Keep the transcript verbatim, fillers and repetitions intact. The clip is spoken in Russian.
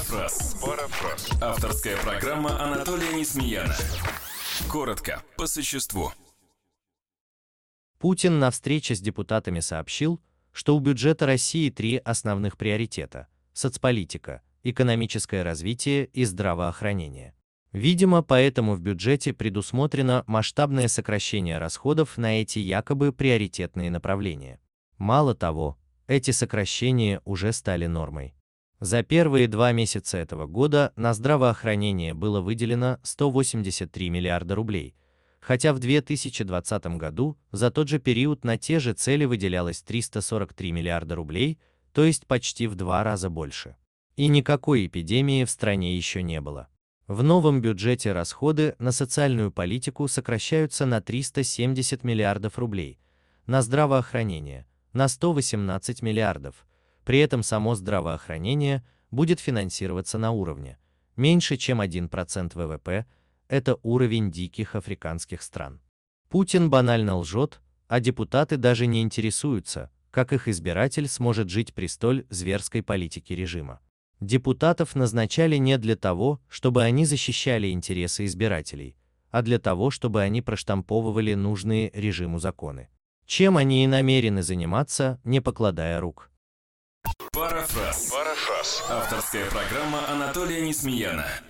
Парафраз. Парафраз. Авторская программа Анатолия Несмеяна. Коротко, по существу. Путин на встрече с депутатами сообщил, что у бюджета России три основных приоритета – соцполитика, экономическое развитие и здравоохранение. Видимо, поэтому в бюджете предусмотрено масштабное сокращение расходов на эти якобы приоритетные направления. Мало того, эти сокращения уже стали нормой. За первые два месяца этого года на здравоохранение было выделено сто восемьдесят три миллиарда рублей, хотя в две тысячи двадцатом году за тот же период на те же цели выделялось триста сорок три миллиарда рублей, то есть почти в два раза больше. И никакой эпидемии в стране еще не было. В новом бюджете расходы на социальную политику сокращаются на триста семьдесят миллиардов рублей, на здравоохранение – на сто восемнадцать миллиардов. При этом само здравоохранение будет финансироваться на уровне меньше, чем один процент вэ вэ пэ, это уровень диких африканских стран. Путин банально лжет, а депутаты даже не интересуются, как их избиратель сможет жить при столь зверской политике режима. Депутатов назначали не для того, чтобы они защищали интересы избирателей, а для того, чтобы они проштамповывали нужные режиму законы. Чем они и намерены заниматься, не покладая рук. Парафраз. Парафраз. Авторская программа Анатолия Несмеяна.